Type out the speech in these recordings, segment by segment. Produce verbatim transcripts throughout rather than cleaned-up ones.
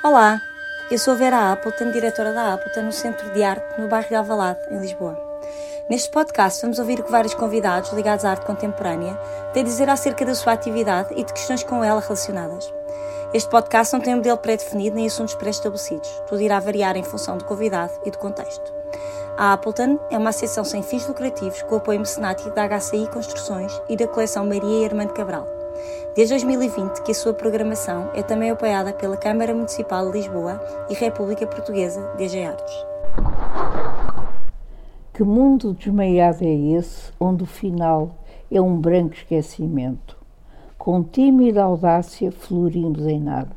Olá, eu sou a Vera Appleton, diretora da Appleton no Centro de Arte no bairro de Alvalade, em Lisboa. Neste podcast vamos ouvir o que vários convidados ligados à arte contemporânea têm a dizer acerca da sua atividade e de questões com ela relacionadas. Este podcast não tem um modelo pré-definido nem assuntos pré-estabelecidos, tudo irá variar em função do convidado e do contexto. A Appleton é uma associação sem fins lucrativos com o apoio mecenático da H C I Construções e da coleção Maria e Armando Cabral. Desde dois mil e vinte que a sua programação é também apoiada pela Câmara Municipal de Lisboa e República Portuguesa D G Artes. Que mundo desmaiado é esse, onde o final é um branco esquecimento? Com tímida audácia florimos em nada.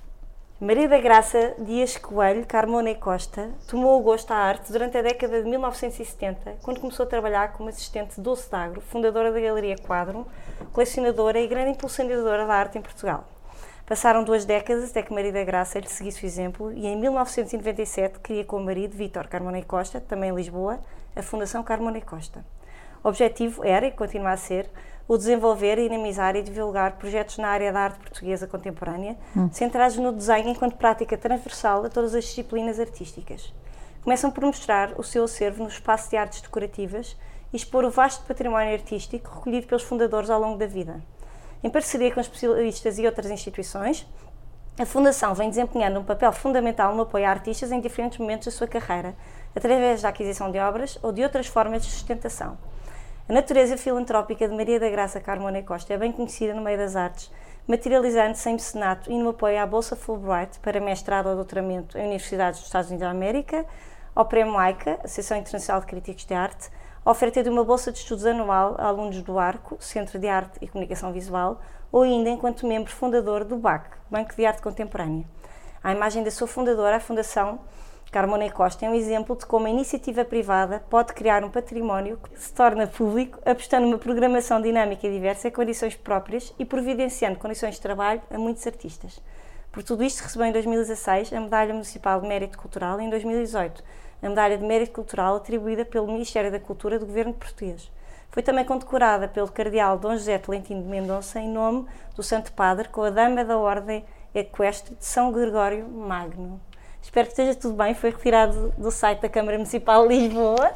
Maria da Graça Dias Coelho Carmona e Costa tomou o gosto à arte durante a década de mil novecentos e setenta, quando começou a trabalhar como assistente de Dulce D'Agro, fundadora da Galeria Quadro, colecionadora e grande impulsionadora da arte em Portugal. Passaram duas décadas até que Maria da Graça lhe seguisse o exemplo e em mil novecentos e noventa e sete cria com o marido Vítor Carmona e Costa, também em Lisboa, a Fundação Carmona e Costa. O objetivo era, e continua a ser, o desenvolver, dinamizar e divulgar projetos na área da arte portuguesa contemporânea, hum. centrados no desenho enquanto prática transversal a todas as disciplinas artísticas. Começam por mostrar o seu acervo no espaço de artes decorativas e expor o vasto património artístico recolhido pelos fundadores ao longo da vida. Em parceria com especialistas e outras instituições, a Fundação vem desempenhando um papel fundamental no apoio a artistas em diferentes momentos da sua carreira, através da aquisição de obras ou de outras formas de sustentação. A natureza filantrópica de Maria da Graça Carmona e Costa é bem conhecida no meio das artes, materializando-se em mecenato e no apoio à Bolsa Fulbright para mestrado ou doutoramento em universidades dos Estados Unidos da América, ao Prémio AICA, Associação Internacional de Críticos de Arte, a oferta de uma bolsa de estudos anual a alunos do ARCO, Centro de Arte e Comunicação Visual, ou ainda enquanto membro fundador do B A C, Banco de Arte Contemporânea. À imagem da sua fundadora, a Fundação Carmona e Costa é um exemplo de como a iniciativa privada pode criar um património que se torna público, apostando numa programação dinâmica e diversa, em condições próprias e providenciando condições de trabalho a muitos artistas. Por tudo isto, recebeu em dois mil e dezasseis a Medalha Municipal de Mérito Cultural e em dois mil e dezoito a Medalha de Mérito Cultural atribuída pelo Ministério da Cultura do Governo Português. Foi também condecorada pelo Cardeal Dom José Tolentino de Mendonça em nome do Santo Padre com a Dama da Ordem Equestre de São Gregório Magno. Espero que esteja tudo bem, foi retirado do site da Câmara Municipal de Lisboa.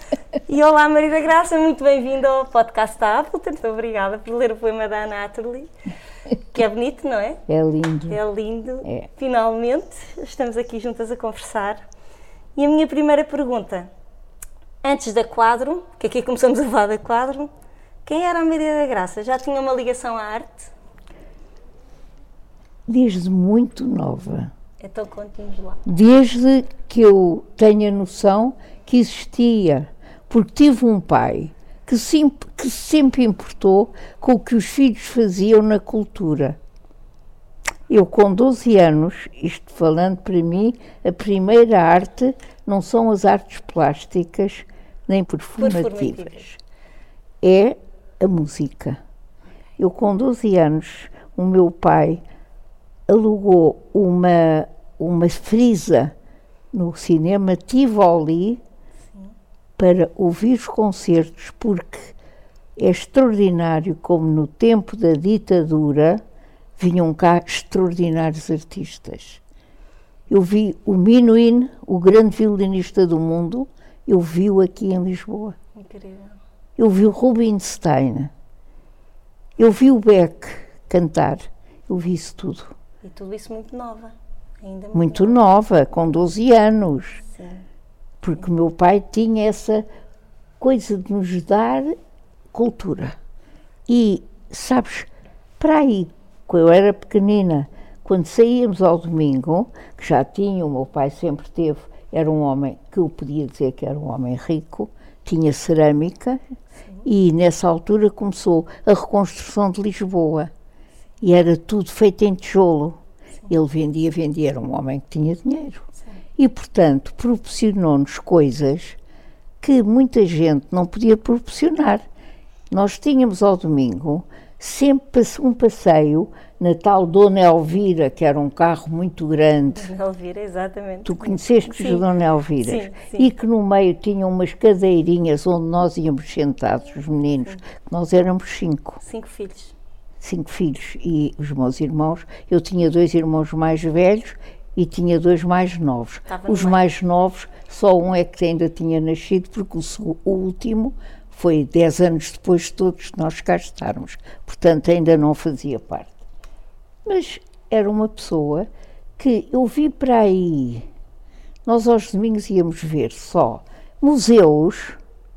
E olá Maria da Graça, muito bem-vinda ao podcast da Appleton. Muito obrigada por ler o poema da Ana Atterley, que é bonito, não é? É lindo. É lindo. É. Finalmente, estamos aqui juntas a conversar. E a minha primeira pergunta, antes da Quadro, que aqui começamos a falar da Quadro, quem era a Maria da Graça? Já tinha uma ligação à arte? Desde muito nova. Então conte-nos lá. Desde que eu tenho a noção que existia, porque tive um pai que sempre, que sempre importou com o que os filhos faziam na cultura. Eu com doze anos, isto falando para mim, a primeira arte não são as artes plásticas nem performativas, performativas. É a música. Eu com doze anos, o meu pai alugou uma, uma frisa no cinema Tivoli Sim. para ouvir os concertos, porque é extraordinário como no tempo da ditadura vinham cá extraordinários artistas. Eu vi o Menuhin, o grande violinista do mundo, eu vi-o aqui em Lisboa. Incrível. Eu vi o Rubinstein, eu vi o Beck cantar, eu vi isso tudo. E tudo isso muito nova, ainda muito, muito nova. nova, com doze anos. Sim. Porque o meu pai tinha essa coisa de nos dar cultura. E, sabes, para aí, quando eu era pequenina, quando saíamos ao domingo, que já tinha, o meu pai sempre teve, era um homem, que eu podia dizer que era um homem rico, tinha cerâmica, Sim. e nessa altura começou a reconstrução de Lisboa. E era tudo feito em tijolo. Sim. Ele vendia, vendia, era um homem que tinha dinheiro. Sim. E, portanto, proporcionou-nos coisas que muita gente não podia proporcionar. Nós tínhamos ao domingo sempre um passeio na tal Dona Elvira, que era um carro muito grande. Dona Elvira, exatamente. Tu conheceste os Dona Elviras? Sim, sim. E que no meio tinham umas cadeirinhas onde nós íamos sentados, os meninos, sim. nós éramos cinco. Cinco filhos. Cinco filhos e os meus irmãos. Eu tinha dois irmãos mais velhos e tinha dois mais novos. Estava Os no meio. mais novos, só um é que ainda tinha nascido, porque o, seg- o último foi dez anos depois de todos nós cá estarmos. Portanto, ainda não fazia parte. Mas era uma pessoa que eu vi para aí, nós aos domingos íamos ver só museus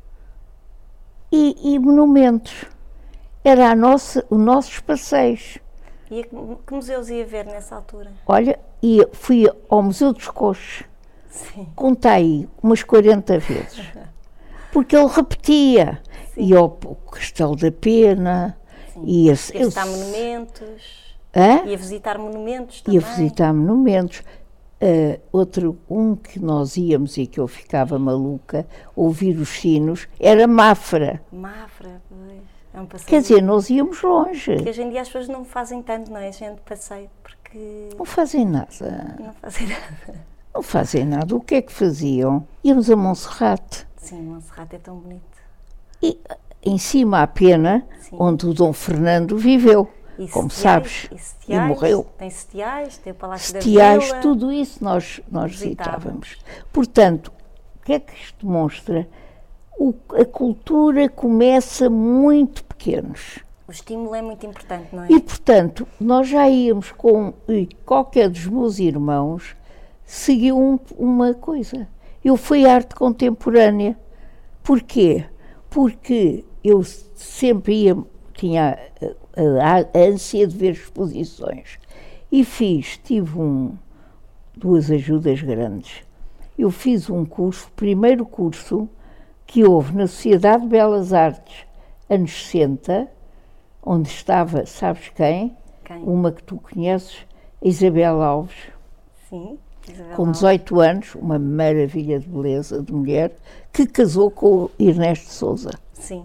e, e monumentos. Era a nossa, os nossos passeios. E a que que museus ia ver nessa altura? Olha, ia, fui ao Museu dos Coches, Sim. contei umas quarenta vezes, porque ele repetia. Sim. Ia ao P- Castelo da Pena, ia, Ia visitar eu- monumentos. Hã? Ia visitar monumentos também. ia visitar monumentos. Ah, outro, um que nós íamos e que eu ficava maluca, ouvir os sinos, era Mafra. Mafra, pois. É um passeio. Quer dizer, nós íamos longe, Que hoje em dia as pessoas não fazem tanto, não é? A gente passeio, porque não fazem nada, não fazem nada. não fazem nada. O que é que faziam? Íamos a Monserrate. Sim, Monserrate é tão bonito. E em cima a Pena, Sim. onde o Dom Fernando viveu, E como setiais, sabes, e, e setiais, morreu. Tem setiais, tem o Palácio da Setiais, Vila. tudo isso nós, nós Visitávamos. visitávamos. Portanto, o que é que isto demonstra? O- a cultura começa muito pequenos. O estímulo é muito importante, não é? E, portanto, nós já íamos com... E qualquer dos meus irmãos seguiu um- uma coisa. Eu fui arte contemporânea. Porquê? Porque eu sempre ia... Tinha a, a- a ânsia de ver exposições. E fiz, tive um, duas ajudas grandes. Eu fiz um curso, o primeiro curso que houve na Sociedade de Belas Artes, anos sessenta, onde estava, sabes quem? Quem? Uma que tu conheces, a Isabel Alves, Sim. Isabel com Alves. dezoito anos, uma maravilha de beleza de mulher, que casou com o Ernesto Sousa. Sim.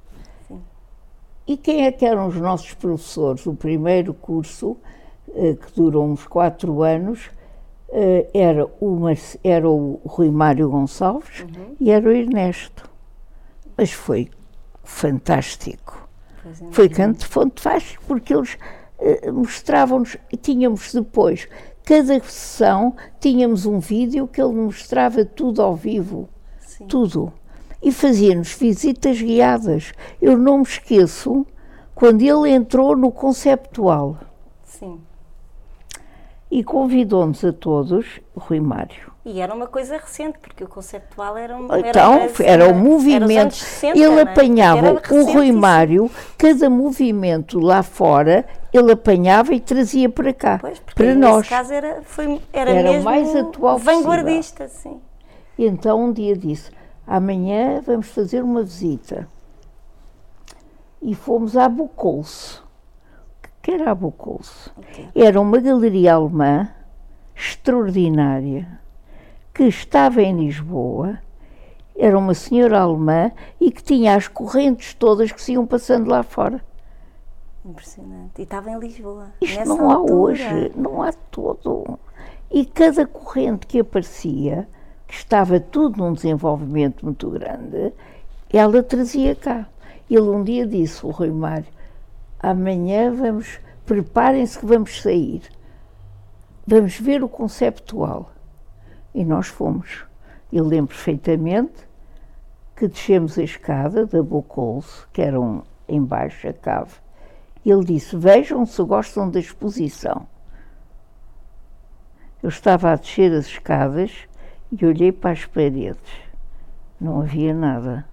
E quem é que eram os nossos professores? O primeiro curso, eh, que durou uns quatro anos, eh, era, o Marce- era o Rui Mário Gonçalves Uhum. e era o Ernesto. Mas foi fantástico. Pois é, Foi imagino. canto fantástico, porque eles eh, mostravam-nos, e tínhamos depois, cada sessão, tínhamos um vídeo que ele mostrava tudo ao vivo, Sim. tudo. E fazia-nos visitas guiadas. Eu não me esqueço quando ele entrou no conceptual Sim. e convidou-nos a todos, o Rui Mário. E era uma coisa recente, porque o conceptual era um... Então, era, era o era os movimento. anos sessenta, Ele não é? apanhava Era o Rui recentíssimo. Mário, cada movimento lá fora, ele apanhava e trazia para cá, Pois, porque para nesse nós. caso era, foi, era, Era o mesmo mais atual vanguardista, sim. E então um dia disse, amanhã vamos fazer uma visita. E fomos à Bucolce. O que era a Bucolce? Ok. Era uma galeria alemã extraordinária, que estava em Lisboa, era uma senhora alemã e que tinha as correntes todas que se iam passando lá fora. Impressionante. E estava em Lisboa. Isto nessa não há altura. hoje, não há todo. E cada corrente que aparecia, que estava tudo num desenvolvimento muito grande, ela trazia cá. Ele um dia disse, o Rui Mário, amanhã vamos, preparem-se que vamos sair, vamos ver o conceptual. E nós fomos. Eu lembro perfeitamente que descemos a escada da Bucolce, que era um, embaixo a cave. Ele disse, vejam se gostam da exposição. Eu estava a descer as escadas e olhei para as paredes. Não havia nada.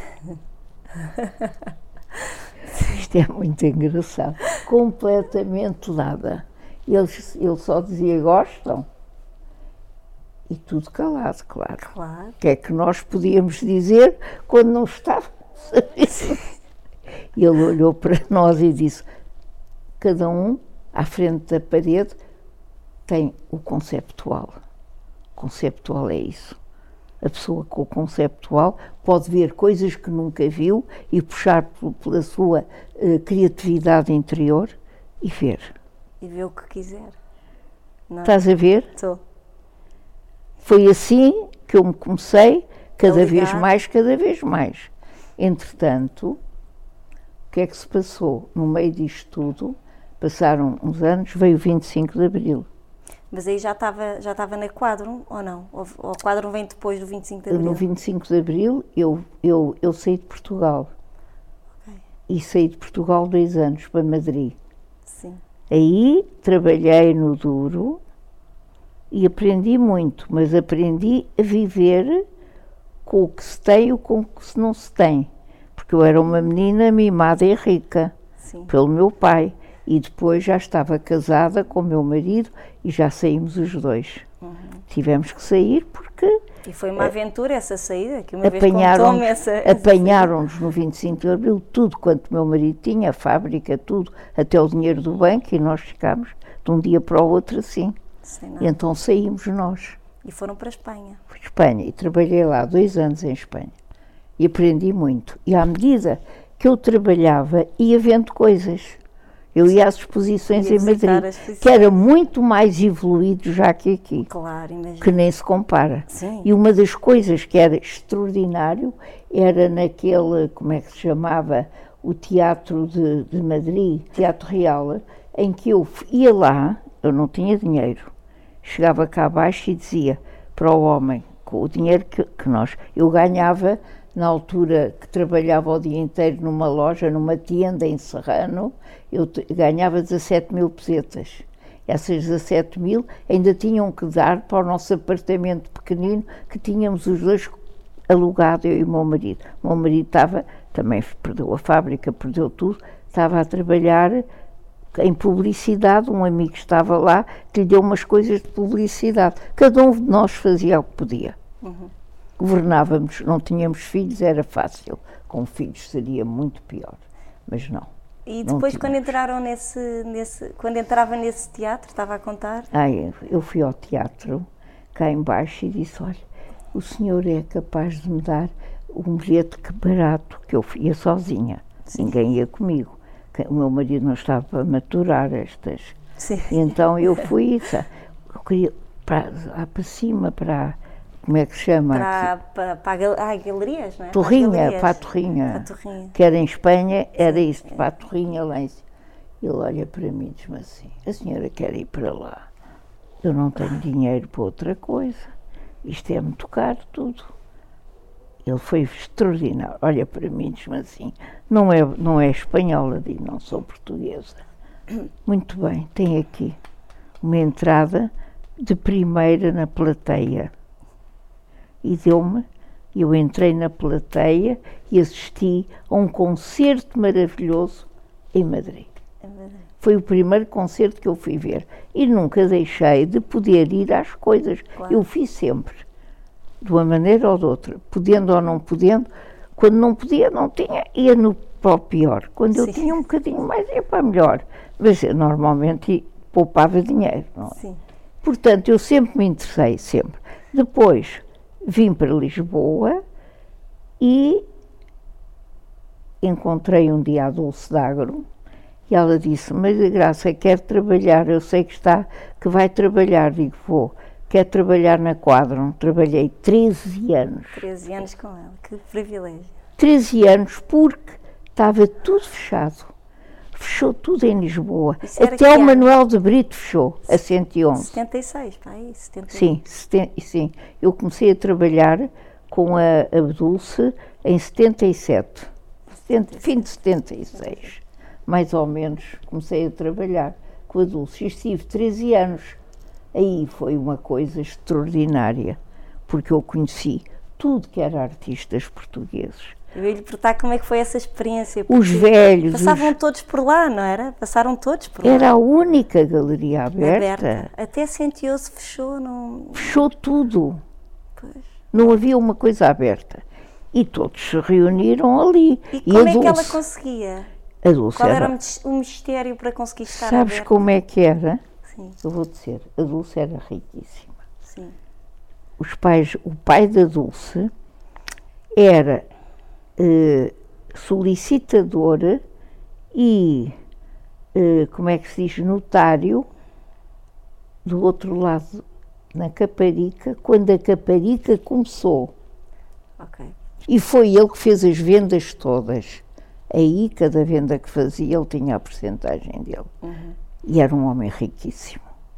Isto é muito engraçado. Completamente nada. Ele, ele só dizia, gostam? E tudo calado, claro. Claro. O que é que nós podíamos dizer quando não estávamos a ver? Ele olhou para nós e disse, cada um, à frente da parede, tem o conceptual. O conceptual é isso. A pessoa com o conceptual pode ver coisas que nunca viu e puxar pela sua uh, criatividade interior e ver. E ver o que quiser. Não. Estás a ver? Estou. Foi assim que eu me comecei, cada A vez ligar. mais, cada vez mais. Entretanto, o que é que se passou? No meio disto tudo, passaram uns anos, veio o vinte e cinco de Abril. Mas aí já estava já estava na Quadrum, ou não? Ou, ou a Quadrum vem depois do vinte e cinco de Abril? No vinte e cinco de Abril eu, eu, eu saí de Portugal. Okay. E saí de Portugal dois anos para Madrid. Sim. Aí trabalhei no duro e aprendi muito, mas aprendi a viver com o que se tem e com o que não se tem. Porque eu era uma menina mimada e rica. Sim. Pelo meu pai. E depois já estava casada com o meu marido e já saímos os dois. Uhum. Tivemos que sair porque... E foi uma aventura essa saída, que uma vez contou-me essa... Apanharam-nos no vinte e cinco de Abril tudo quanto meu marido tinha, a fábrica, tudo, até o dinheiro do banco, e nós ficámos de um dia para o outro assim. E então saímos nós. E foram para a Espanha. Fui para a Espanha e trabalhei lá dois anos em Espanha. E aprendi muito. E à medida que eu trabalhava, ia vendo coisas. Eu ia às exposições em Madrid, que era muito mais evoluído já que aqui, claro, imagino. Que nem se compara. Sim. E uma das coisas que era extraordinário era naquele, como é que se chamava, o Teatro de, de Madrid, Teatro Real, em que eu ia lá, eu não tinha dinheiro, chegava cá abaixo e dizia para o homem, com o dinheiro que, que nós, eu ganhava, na altura que trabalhava o dia inteiro numa loja, numa tenda em Serrano, eu te, ganhava dezassete mil pesetas. Essas dezassete mil ainda tinham que dar para o nosso apartamento pequenino, que tínhamos os dois alugado, eu e o meu marido. O meu marido estava, também perdeu a fábrica, perdeu tudo, estava a trabalhar em publicidade, um amigo estava lá, que lhe deu umas coisas de publicidade. Cada um de nós fazia o que podia. Uhum. Governávamos, não tínhamos filhos, era fácil. Com filhos seria muito pior, mas não. E depois quando entraram nesse, nesse, quando entrava nesse teatro, estava a contar? Ah, eu, eu fui ao teatro, cá embaixo, e disse, olha, o senhor é capaz de me dar um bilhete que barato, que eu ia sozinha, sim. Ninguém ia comigo. O meu marido não estava para maturar estas. Sim. E então eu fui, eu queria para, lá para cima, para... Como é que se chama? Para, para, para ah, galerias, não é? Torrinha, para, galerias. para a Torrinha. Para a Torrinha. Que era em Espanha, era sim, isso, é. Para a Torrinha lá em cima. Ele olha para mim e diz-me assim, a senhora quer ir para lá? Eu não tenho dinheiro para outra coisa. Isto é muito caro tudo. Ele foi extraordinário. Olha para mim e diz-me assim, não é, não é espanhola, digo, não sou portuguesa. Muito bem, tem aqui uma entrada de primeira na plateia. E deu-me, eu entrei na plateia e assisti a um concerto maravilhoso em Madrid. É verdade. Foi o primeiro concerto que eu fui ver e nunca deixei de poder ir às coisas. Claro. Eu fiz sempre, de uma maneira ou de outra, podendo ou não podendo. Quando não podia, não tinha, ia no para o pior. Quando Sim. eu tinha um bocadinho mais, ia para melhor. Mas eu normalmente poupava dinheiro. Não é? Sim. Portanto, eu sempre me interessei, sempre. Depois vim para Lisboa e encontrei um dia a Dulce D'Agro e ela disse, mas a Graça quer trabalhar, eu sei que está, que vai trabalhar, digo, vou, quer trabalhar na Quadrum. Trabalhei treze anos. treze anos com ela, que privilégio. treze anos porque estava tudo fechado. Fechou tudo em Lisboa. Até o Manuel de Brito fechou, a cento e onze. setenta e seis, pá, aí, setenta e um. Sim, setenta, sim. Eu comecei a trabalhar com a, a Dulce em setenta e sete. setenta, fim de setenta e seis, mais ou menos, comecei a trabalhar com a Dulce. E estive treze anos. Aí foi uma coisa extraordinária, porque eu conheci tudo que era artistas portugueses. Eu ia lhe perguntar como é que foi essa experiência. Os velhos. Passavam os... todos por lá, não era? Passaram todos por lá. Era a única galeria aberta. aberta. Até cento e onze fechou. Não... Fechou tudo. Pois. Não havia uma coisa aberta. E todos se reuniram ali. E, e como é Dulce... que ela conseguia? A Dulce Qual era... era o mistério para conseguir estar Sabes aberta? como é que era? Sim. Eu vou dizer, a Dulce era riquíssima. Sim. Os pais, o pai da Dulce era eh, solicitador e, eh, como é que se diz, notário do outro lado, na Caparica, quando a Caparica começou. Ok. E foi ele que fez as vendas todas. Aí, cada venda que fazia, ele tinha a porcentagem dele. Uhum. E era um homem riquíssimo.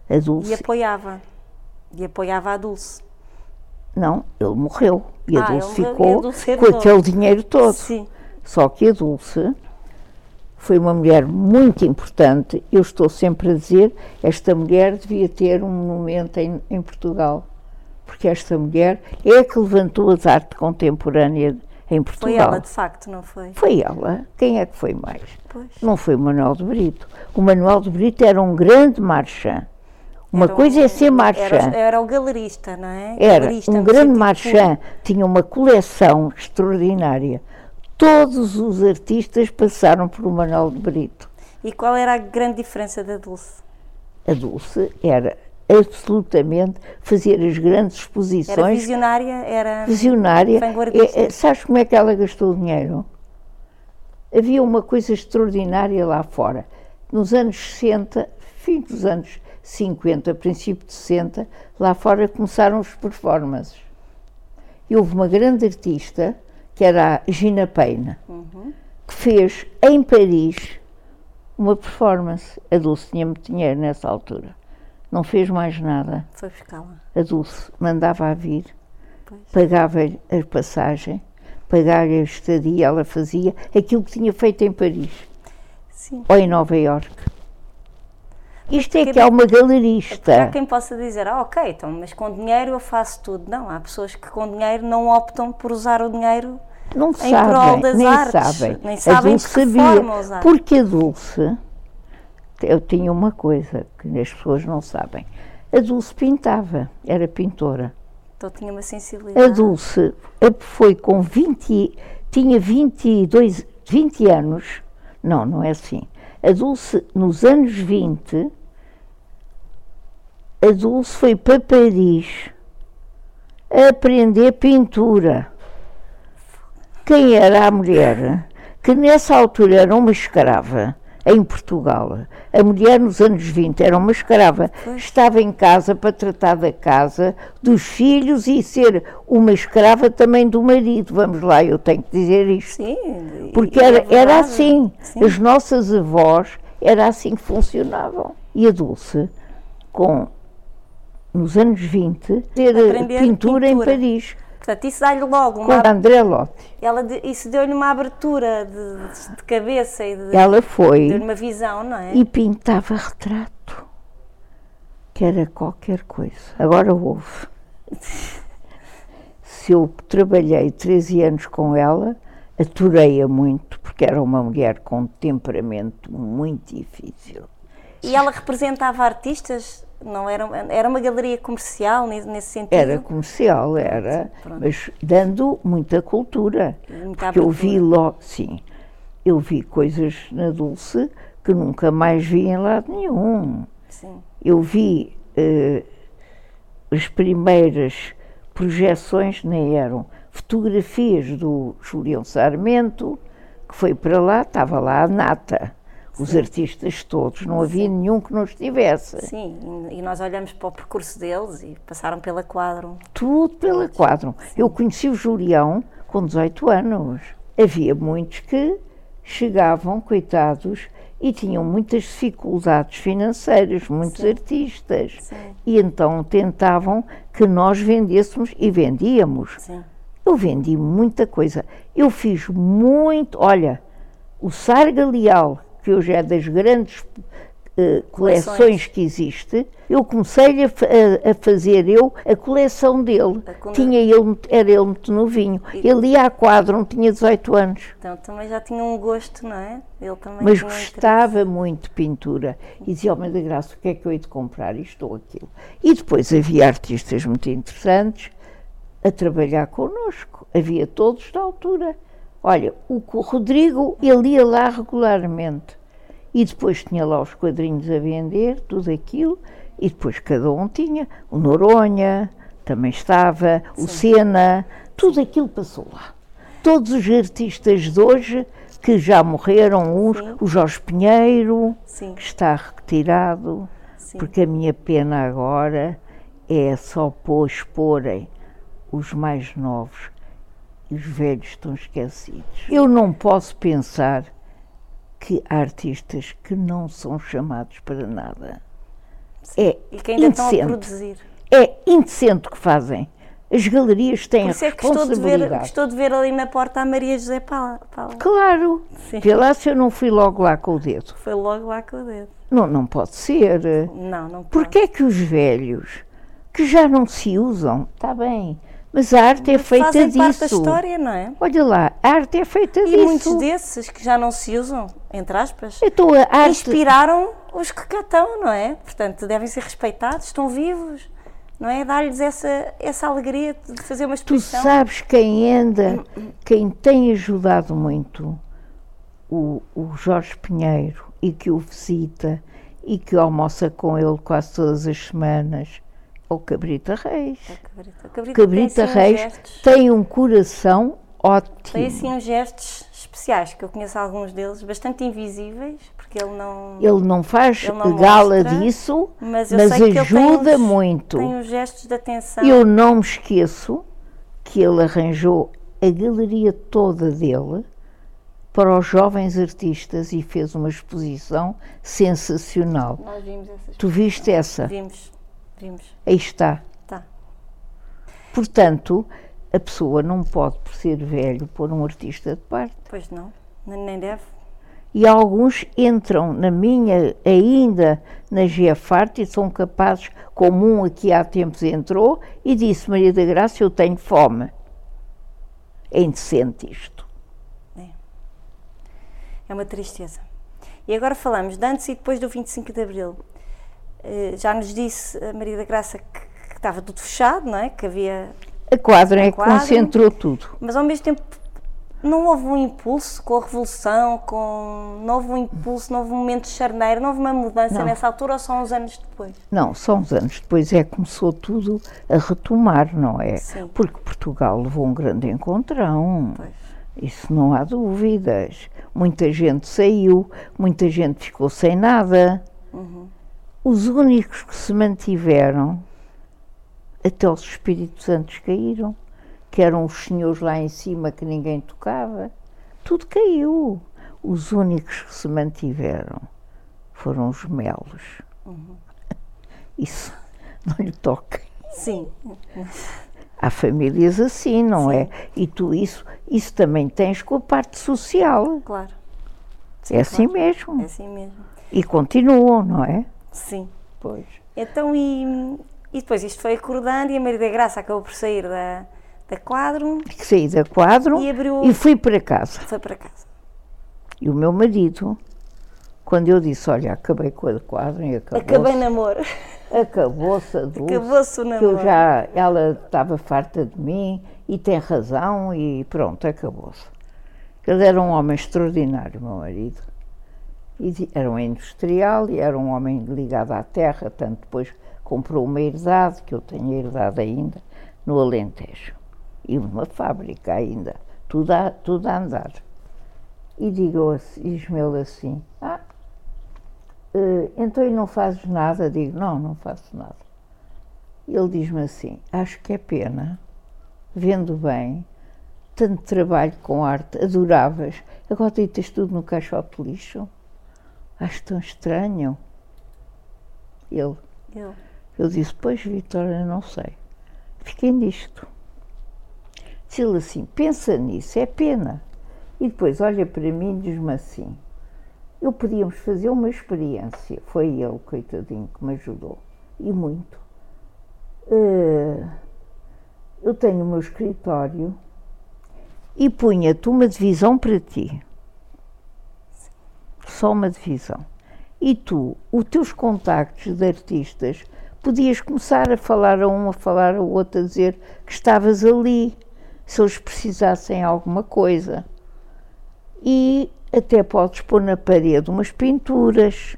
A Dulce... E apoiava. E apoiava a Dulce. Não, ele morreu. E a ah, Dulce ele, ficou a Dulce com aquele dinheiro todo. Sim. Só que a Dulce foi uma mulher muito importante. Eu estou sempre a dizer, esta mulher devia ter um monumento em, em Portugal. Porque esta mulher é a que levantou a arte contemporânea em Portugal. Foi ela, de facto, não foi? Foi ela. Quem é que foi mais? Pois. Não foi o Manuel de Brito. O Manuel de Brito era um grande marchand. Uma Era coisa um, é ser marchand. Era, era o galerista, não é? Era galerista, um grande marchand. Tinha uma coleção extraordinária. Todos os artistas passaram por o Manuel de Brito. E qual era a grande diferença da Dulce? A Dulce era absolutamente fazer as grandes exposições. Era visionária, era visionária. vanguardista. É, é, sabes como é que ela gastou o dinheiro? Havia uma coisa extraordinária lá fora. Nos anos sessenta, fim dos anos cinquenta, princípio de sessenta, lá fora começaram os performances. E houve uma grande artista, que era a Gina Payne, uhum. que fez em Paris uma performance. A Dulce tinha muito dinheiro nessa altura. Não fez mais nada. Foi buscá-la. A Dulce mandava-a vir, pois. pagava-lhe a passagem, pagava-lhe a estadia, ela fazia aquilo que tinha feito em Paris. Sim. Ou em Nova Iorque. Isto é que é uma galerista. Há quem possa dizer, ah, ok, então, mas com dinheiro eu faço tudo. Não, há pessoas que com dinheiro não optam por usar o dinheiro não em sabem, prol das nem artes. Sabem. Nem sabem de que sabia, forma usar. Porque a Dulce, eu tinha uma coisa que as pessoas não sabem. A Dulce pintava, era pintora. Então tinha uma sensibilidade. A Dulce foi com vinte, tinha vinte e dois, vinte anos, não, não é assim. A Dulce, nos anos vinte, a Dulce foi para Paris a aprender pintura. Quem era a mulher que nessa altura era uma escrava em Portugal? A mulher nos anos vinte era uma escrava. Pois. Estava em casa para tratar da casa, dos filhos e ser uma escrava também do marido. Vamos lá, eu tenho que dizer isto. Sim, porque era, era assim. Sim. As nossas avós era assim que funcionavam. E a Dulce, com, nos anos vinte, ter pintura, pintura em Paris. Portanto, isso dá-lhe logo uma... Com a André Lotti. Ela, isso deu-lhe uma abertura de, de cabeça e de... Ela foi... Deu-lhe uma visão, não é? E pintava retrato, que era qualquer coisa. Agora houve. Se eu trabalhei treze anos com ela, aturei-a muito, porque era uma mulher com um temperamento muito difícil. E ela representava artistas? Não era, era uma galeria comercial nesse sentido? Era comercial, era, Pronto. mas dando muita cultura. Muita porque eu vi logo, sim, eu vi coisas na Dulce que nunca mais vi em lado nenhum. Sim. Eu vi uh, as primeiras projeções, nem eram fotografias do Julião Sarmento, que foi para lá, estava lá a nata. Os Sim. artistas todos, não havia Sim. nenhum que não estivesse. Sim, e nós olhamos para o percurso deles e passaram pela Quadro. Tudo pela Quadro. Eu conheci o Julião com dezoito anos. Havia muitos que chegavam, coitados, e tinham muitas dificuldades financeiras, muitos Sim. artistas. Sim. E então tentavam que nós vendêssemos e vendíamos. Sim. Eu vendi muita coisa. Eu fiz muito, olha, o Sarga Leal, que hoje é das grandes uh, coleções que existe, eu comecei a, a, a fazer eu a coleção dele. A tinha ele, era ele muito novinho. E... Ele ia à Quadro, não tinha dezoito anos. Então também já tinha um gosto, não é? Ele também Mas tinha gostava um muito de pintura. E dizia, oh, da Graça, o que é que eu hei de comprar isto ou aquilo? E depois havia artistas muito interessantes a trabalhar connosco. Havia todos da altura. Olha, o Rodrigo, ele ia lá regularmente. E depois tinha lá os quadrinhos a vender, tudo aquilo. E depois cada um tinha. O Noronha também estava, Sim. o Sena, tudo aquilo passou lá. Todos os artistas de hoje, que já morreram, uns, Sim. o Jorge Pinheiro, Sim. que está retirado, Sim. porque a minha pena agora é só por exporem os mais novos. E os velhos estão esquecidos. Eu não posso pensar que há artistas que não são chamados para nada. É e que ainda estão a indecente. produzir. É indecente o que fazem. As galerias têm Por a isso é que estou de, ver, responsabilidade. estou de ver ali na porta a Maria José Paula. Paula. Claro. Sim. Vê lá se eu não fui logo lá com o dedo. Foi logo lá com o dedo. Não, não pode ser. Não, não pode. Porquê é que os velhos, que já não se usam, está bem, mas a arte é Mas feita fazem disso. parte da história, não é? Olha lá, a arte é feita E disso. muitos desses que já não se usam, entre aspas, Então a arte... inspiraram os que cá estão, não é? Portanto, devem ser respeitados, estão vivos, não é? Dar-lhes essa, essa alegria de fazer uma Tu exposição. sabes quem anda, quem tem ajudado muito o, o Jorge Pinheiro e que o visita e que almoça com ele quase todas as semanas, é o Cabrita Reis. É Cabrita, Cabrita, Cabrita tem, assim, Reis gestos, tem um coração ótimo. tem assim uns gestos especiais, que eu conheço alguns deles, bastante invisíveis, porque ele não... Ele não faz Ele não gala mostra, disso, mas, eu mas sei que ele tem ajuda uns- muito. Tem uns gestos de atenção. Eu não me esqueço que ele arranjou a galeria toda dele para os jovens artistas e fez uma exposição sensacional. Nós vimos essas. Tu viste essa? Vimos, vimos. Aí está. Tá. Portanto, a pessoa não pode, por ser velho, pôr um artista de parte. Pois não, nem nem deve. E alguns entram na minha, ainda na G F Arte, e são capazes, como um aqui há tempos entrou, e disse: Maria da Graça, eu tenho fome. É indecente isto. É uma tristeza. E agora falamos de antes e depois do vinte e cinco de Abril. Eh, Já nos disse a Maria da Graça que, que estava tudo fechado, não é? Que havia... A quadra é que quadra. concentrou tudo. Mas ao mesmo tempo não houve um impulso com a Revolução, com... não houve um impulso, não houve um momento de charneiro, não houve uma mudança Não. nessa altura ou só uns anos depois? Não, só uns anos depois é que começou tudo a retomar, não é? Sim. Porque Portugal levou um grande encontrão. Pois. Isso não há dúvidas. Muita gente saiu, muita gente ficou sem nada. Uhum. Os únicos que se mantiveram, até os Espíritos Santos caíram, que eram os senhores lá em cima que ninguém tocava. Tudo caiu. Os únicos que se mantiveram foram os melos. Uhum. Isso não lhe toca. Sim. Há famílias assim, não Sim. é? E tu isso, isso também tens com a parte social. Claro. Sim, É assim claro. mesmo. É assim mesmo. E continuam, não é? Sim. Pois. Então, e, e depois isto foi acordando e a Maria da Graça acabou por sair da, da Quadro Que saí da quadro e abriu... e fui para casa. Foi para casa. E o meu marido, quando eu disse, olha, acabei com a quadro e acabou-se. Acabei namoro. Acabou-se a Dulce. Acabou-se o Que namoro. eu já, ela estava farta de mim e tem razão e pronto, acabou-se. Ele era um homem extraordinário, meu marido. E di- era um industrial e era um homem ligado à terra, tanto depois comprou uma herdade, que eu tenho herdade ainda, no Alentejo. E uma fábrica ainda, tudo a, tudo a andar. E digo assim, diz-me ele assim, ah, eh, então e não fazes nada? Digo, não, não faço nada. Ele diz-me assim, acho que é pena, vendo bem, tanto trabalho com arte, adoravas, agora deitas tudo no caixote de lixo. Acho tão estranho. Ele, Eu. eu disse, pois Vitória, não sei. Fiquei nisto. Disse ele assim, pensa nisso, é pena. E depois olha para mim e diz-me assim, eu podíamos fazer uma experiência. Foi ele, coitadinho, que me ajudou. E muito. Uh, eu tenho o meu escritório e punha-te uma divisão para ti. Só uma divisão. E tu, os teus contactos de artistas, podias começar a falar a um, a falar ao outro, a dizer que estavas ali, se eles precisassem alguma coisa. E até podes pôr na parede umas pinturas.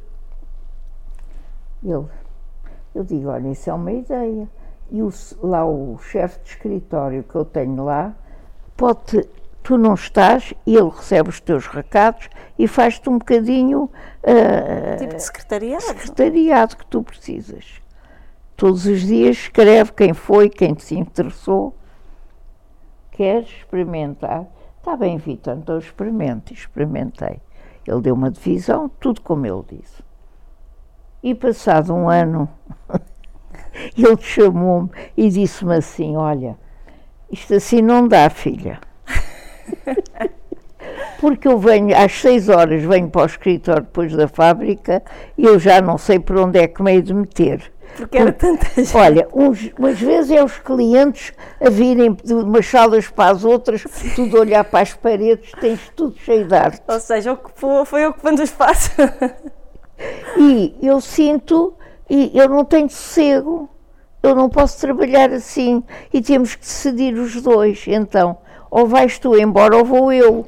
Ele, eu digo, olha, isso é uma ideia. E o, lá o chefe de escritório que eu tenho lá, pode, tu não estás, e ele recebe os teus recados e faz-te um bocadinho uh, Tipo de secretariado. secretariado que tu precisas. Todos os dias escreve quem foi, quem te se interessou. Queres experimentar? Está bem, Vitor, então experimente. Experimentei. Ele deu uma divisão, tudo como ele disse. E passado um ano, ele chamou-me e disse-me assim, olha, isto assim não dá, filha. Porque eu venho, às seis horas, venho para o escritório depois da fábrica e eu já não sei por onde é que me hei de meter. Porque era tanta gente. Olha, uns, umas vezes é os clientes a virem de umas salas para as outras, tudo olhar para as paredes, tens tudo cheio de arte. Ou seja, ocupou, foi ocupando o espaço. E eu sinto, e eu não tenho sossego, eu não posso trabalhar assim, e temos que decidir os dois, então, ou vais tu embora ou vou eu.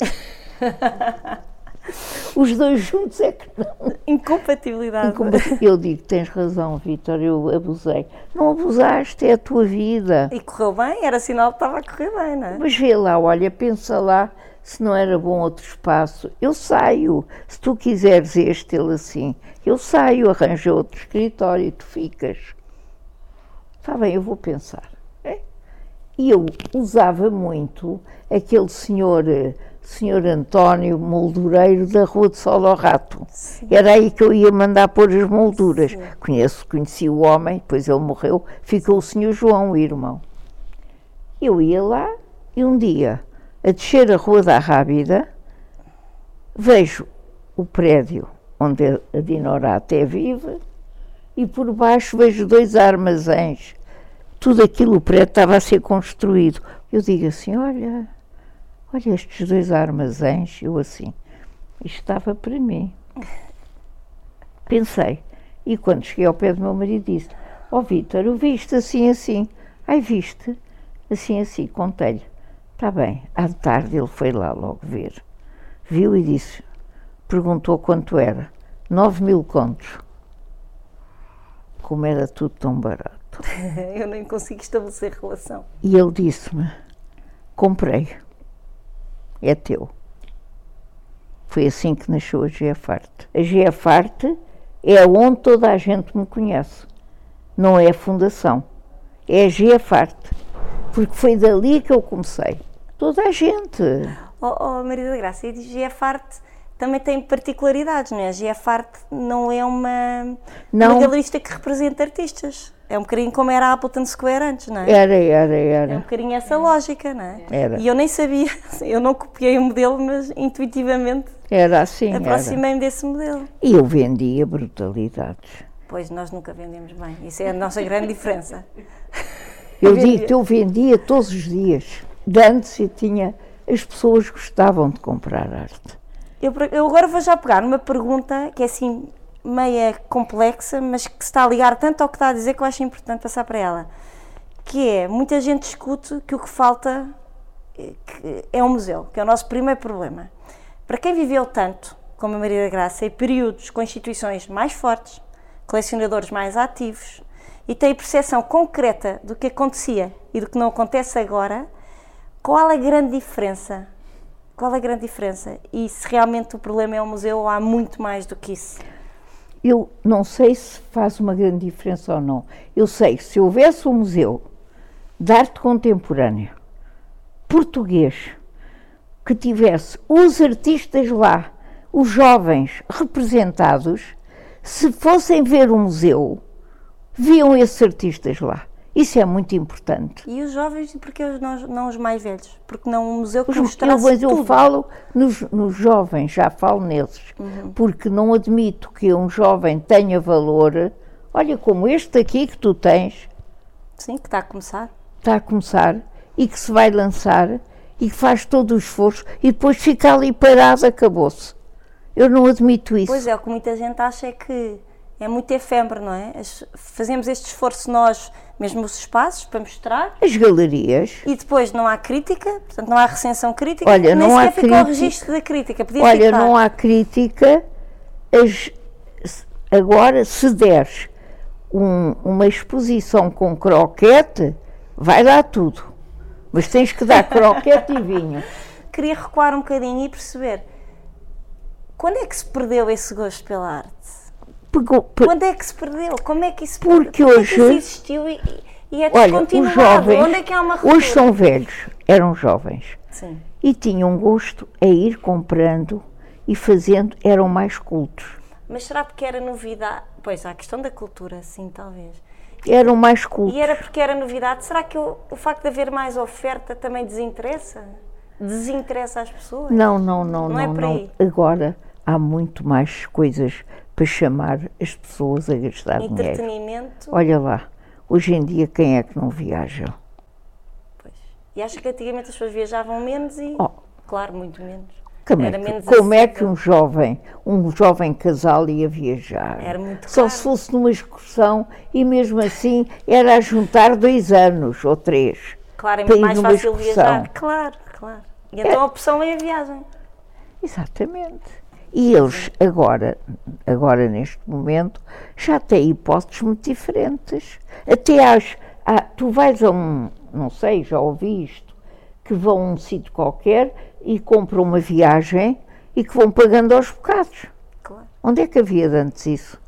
Os dois juntos é que não. Incompatibilidade. Eu digo, tens razão, Vítor, eu abusei. Não abusaste, é a tua vida. E correu bem, era sinal que estava a correr bem, não é? Mas vê lá, olha, pensa lá se não era bom outro espaço. Eu saio, se tu quiseres este, ele assim, eu saio, arranjo outro escritório e tu ficas. Está bem, eu vou pensar. É? E eu usava muito aquele senhor... senhor António Moldureiro da Rua de Sol ao Rato. Sim. Era aí que eu ia mandar pôr as molduras. Sim. Conheço, conheci o homem, depois ele morreu, ficou o senhor João, o irmão. Eu ia lá e um dia, a descer a Rua da Rábida, vejo o prédio onde a Dinorata é viva e por baixo vejo dois armazéns. Tudo aquilo, o prédio estava a ser construído. Eu digo assim, olha... Olha estes dois armazéns, eu assim, isto estava para mim. Pensei, e quando cheguei ao pé do meu marido disse, ó oh, Vítor, eu viste assim, assim. Ai, viste? Assim, assim, contei-lhe. Está bem, à tarde ele foi lá logo ver. Viu e disse, perguntou quanto era. Nove mil contos. Como era tudo tão barato. Eu nem consigo estabelecer relação. E ele disse-me, comprei. É teu. Foi assim que nasceu a G F Arte. A G F Arte é onde toda a gente me conhece. Não é a fundação. É a G F Arte. Porque foi dali que eu comecei. Toda a gente. Oh, oh Maria da Graça, e a G F Arte também tem particularidades, não é? A G F Arte não é uma, não. uma galerista que representa artistas. É um bocadinho como era a Appleton Square antes, não é? Era, era, era. É um bocadinho essa lógica, não é? Era. E eu nem sabia, eu não copiei o modelo, mas intuitivamente era assim, aproximei-me desse modelo. E eu vendia brutalidades. Pois, nós nunca vendemos bem, isso é a nossa grande diferença. Eu digo-te, eu vendia todos os dias. De antes eu tinha, as pessoas gostavam de comprar arte. Eu, eu agora vou já pegar numa pergunta que é assim... meia complexa, mas que se está a ligar tanto ao que está a dizer que eu acho importante passar para ela, que é, muita gente discute que o que falta é um museu, que é o nosso primeiro problema. Para quem viveu tanto, como a Maria da Graça, em períodos com instituições mais fortes, colecionadores mais ativos, e tem a percepção concreta do que acontecia e do que não acontece agora, qual a grande diferença? Qual a grande diferença? E se realmente o problema é o museu ou há muito mais do que isso? Eu não sei se faz uma grande diferença ou não. Eu sei que se houvesse um museu de arte contemporânea, português, que tivesse os artistas lá, os jovens representados, se fossem ver o museu, viam esses artistas lá. Isso é muito importante. E os jovens, porque não, não os mais velhos? Porque não um museu que os, mostrasse eu, mas eu tudo. falo nos, nos jovens, já falo nesses, uhum. Porque não admito que um jovem tenha valor, olha como este aqui que tu tens. Sim, que está a começar. Está a começar e que se vai lançar e que faz todo o esforço e depois fica ali parado, acabou-se. Eu não admito isso. Pois é, o que muita gente acha é que é muito efêmero, não é? Fazemos este esforço nós, mesmo os espaços, para mostrar. As galerias. E depois não há crítica, portanto não há recensão crítica. Olha, nem não sequer há fica crítica. o registro da crítica. Podia Olha, ficar. Não há crítica. As, agora, se deres um, uma exposição com croquete, vai dar tudo. Mas tens que dar croquete e vinho. Queria recuar um bocadinho e perceber, quando é que se perdeu esse gosto pela arte? Porque, por, Quando é que se perdeu? Como é que isso, porque como hoje, é que isso existiu e, e é olha, descontinuado? Os jovens, Onde é que há uma ruptura? hoje são velhos, eram jovens. Sim. E tinham gosto a ir comprando e fazendo, eram mais cultos. Mas será porque era novidade? Pois, há a questão da cultura, sim, talvez. Eram mais cultos. E era porque era novidade. Será que o, o facto de haver mais oferta também desinteressa? Desinteressa as pessoas? Não, não, não, Não não. é por não. aí? Agora há muito mais coisas para chamar as pessoas a gastar dinheiro. Entretenimento. Olha lá, hoje em dia quem é que não viaja? Pois. E acho que antigamente as pessoas viajavam menos e, Oh. claro, muito menos. Como, Era é que, menos como é que acessível. um jovem, um jovem casal ia viajar? Era muito Só caro. se fosse numa excursão e mesmo assim era a juntar dois anos ou três. Claro, é para muito ir mais numa fácil excursão. viajar. Claro, claro. E então É. a opção é a viagem. Exatamente. E eles agora, agora neste momento, já têm hipóteses muito diferentes. Até às, ah, tu vais a um, não sei, já ouvi isto, que vão a um sítio qualquer e compram uma viagem e que vão pagando aos bocados. Claro, Onde é que havia de antes isso?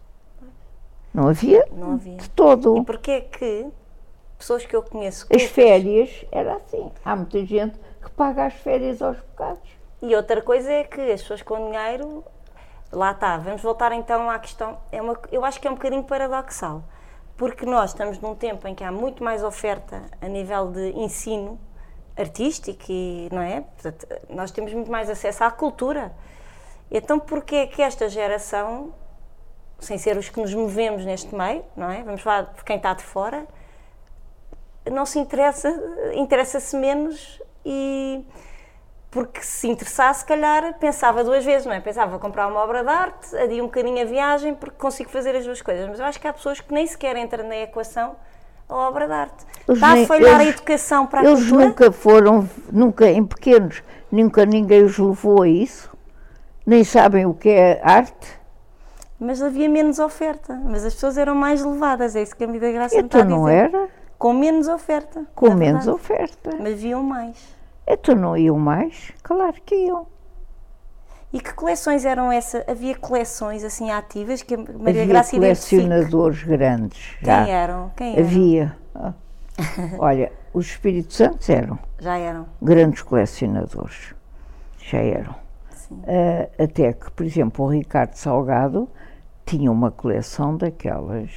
Não havia não havia. de todo. E porquê que pessoas que eu conheço... As cultas- férias era assim. Há muita gente que paga as férias aos bocados. E outra coisa é que as pessoas com dinheiro... Lá está, vamos voltar então à questão... É uma, eu acho que é um bocadinho paradoxal. Porque nós estamos num tempo em que há muito mais oferta a nível de ensino artístico e, não é? Portanto, nós temos muito mais acesso à cultura. Então, porquê é que esta geração, sem ser os que nos movemos neste meio, não é? Vamos falar de quem está de fora, não se interessa, interessa-se menos e... Porque se interessasse, se calhar, pensava duas vezes, não é? Pensava, vou comprar uma obra de arte, adia um bocadinho a viagem porque consigo fazer as duas coisas. Mas eu acho que há pessoas que nem sequer entram na equação a obra de arte. Eles Está nem- a falhar eles- a educação para a Eles cultura? nunca foram, nunca em pequenos, nunca ninguém os levou a isso. Nem sabem o que é arte. Mas havia menos oferta. Mas as pessoas eram mais levadas. É isso que a Vida Graça me está a Então dizer. não era, Com menos oferta. com na menos verdade. oferta. Mas viam mais. Então não iam mais? Claro que iam. E que coleções eram essas? Havia coleções assim ativas que a Maria Havia Graça identifica? colecionadores grandes. Já. Quem eram? Quem eram? Havia. Ah. Olha, os Espíritos Santos eram Já eram. grandes colecionadores. Já eram. Sim. Ah, até que, por exemplo, o Ricardo Salgado tinha uma coleção daquelas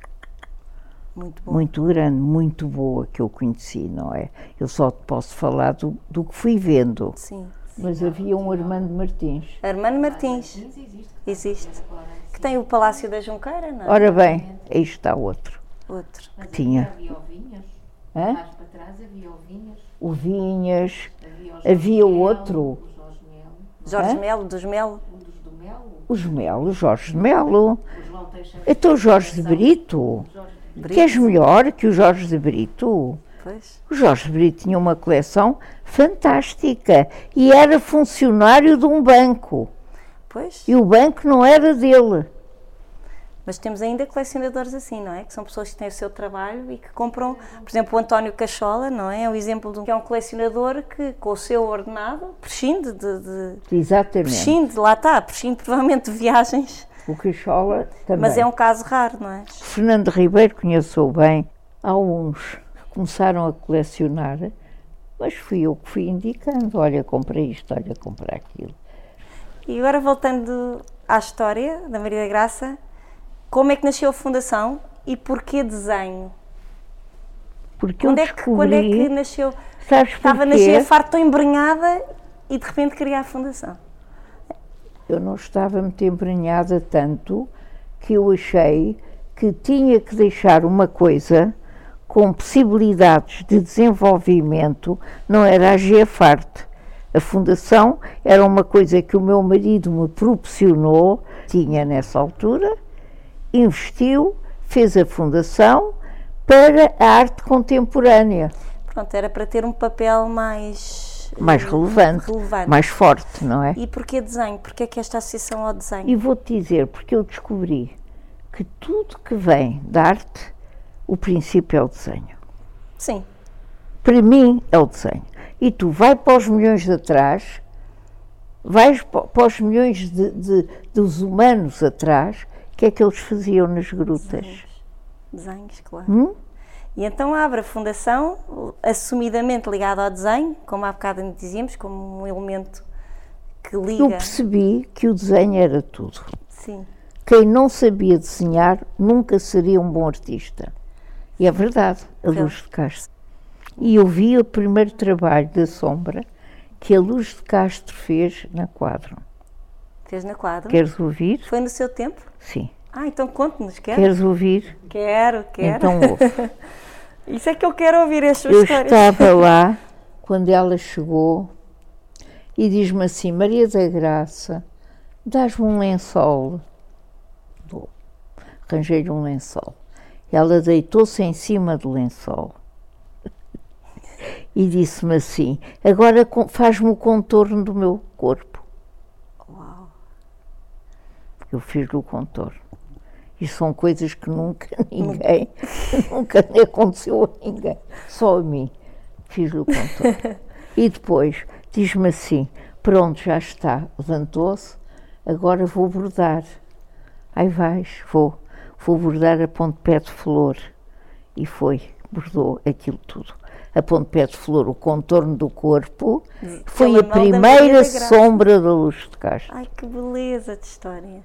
Muito bom. muito grande, muito boa, que eu conheci, não é? Eu só te posso falar do, do que fui vendo. Sim. Mas havia um Armando Martins. Armando Martins. Existe. Que tem o Palácio da Junqueira, não é? Ora bem, aí está outro Outro. que tinha. Havia ovinhas. Hã? Mais para trás havia ovinhas. O Vinhas, Havia, o havia Jorge Melo, outro, o Jorge Melo. Jorge Hã? Melo, dos Melo. Um dos do Melo. os Melo, Jorge de Melo. O João Teixeira. Então Jorge de Brito, Jorge que és melhor que o Jorge de Brito. Pois. O Jorge de Brito tinha uma coleção fantástica e era funcionário de um banco. Pois. E o banco não era dele. Mas temos ainda colecionadores assim, não é? Que são pessoas que têm o seu trabalho e que compram, por exemplo, o António Cachola, não é? É o exemplo de um que é um colecionador que, com o seu ordenado, prescinde de, de Exatamente. prescinde, lá está, prescinde provavelmente de viagens, O Cachola também. mas é um caso raro, não é? O Fernando Ribeiro conheço-o bem. Há uns que começaram a colecionar, mas fui eu que fui indicando. Olha, comprei isto, olha, comprei aquilo. E agora voltando à história da Maria da Graça, como é que nasceu a Fundação e porquê desenho? Porque Quando eu é, que, descobri... quando é que nasceu? Sabes Estava na porquê? cheia farto, tão embrenhada e de repente queria a Fundação. Eu não estava muito embrenhada tanto que eu achei que tinha que deixar uma coisa com possibilidades de desenvolvimento, não era a Geafarte. A Fundação era uma coisa que o meu marido me proporcionou, tinha nessa altura, investiu, fez a Fundação para a arte contemporânea, Pronto, era para ter um papel mais... mais eh, relevante, relevante. mais forte, não é? E porquê desenho? Porquê é que esta associação ao desenho? E vou-te dizer, porque eu descobri que tudo que vem da arte, o princípio é o desenho. Sim, Para mim é o desenho. E tu vai para os milhões de atrás, vais pa- para os milhões de, de- dos humanos atrás, o que é que eles faziam nas grutas? desenhos, claro. Hum? E então abre a Fundação, assumidamente ligada ao desenho, como há bocado dizíamos, como um elemento que Eu liga. percebi que o desenho era tudo. Sim, quem não sabia desenhar nunca seria um bom artista. E é verdade, a Luz de Castro. E eu vi o primeiro trabalho da sombra que a Luz de Castro fez na Quadro. Fez na Quadro? Queres ouvir? Foi no seu tempo? Sim. Ah, então conte-nos, quer? Queres ouvir? Quero, quero. Então ouve. Isso é que eu quero ouvir, as suas Eu histórias. estava lá quando ela chegou e diz-me assim: Maria da Graça, dás-me um lençol? Dou. Arranjei-lhe um lençol. Ela deitou-se em cima do lençol e disse-me assim: agora faz-me o contorno do meu corpo. Uau. Eu fiz-lhe o contorno. E são coisas que nunca ninguém, nunca nem aconteceu a ninguém, só a mim. Fiz-lhe o contorno. E depois diz-me assim: pronto, já está, levantou-se, agora vou bordar. Aí vais, vou, vou bordar a pontapé de flor. E foi, bordou aquilo tudo. A pontapé de flor, o contorno do corpo, foi a primeira sombra da Luz de Castro. Ai, que beleza de história.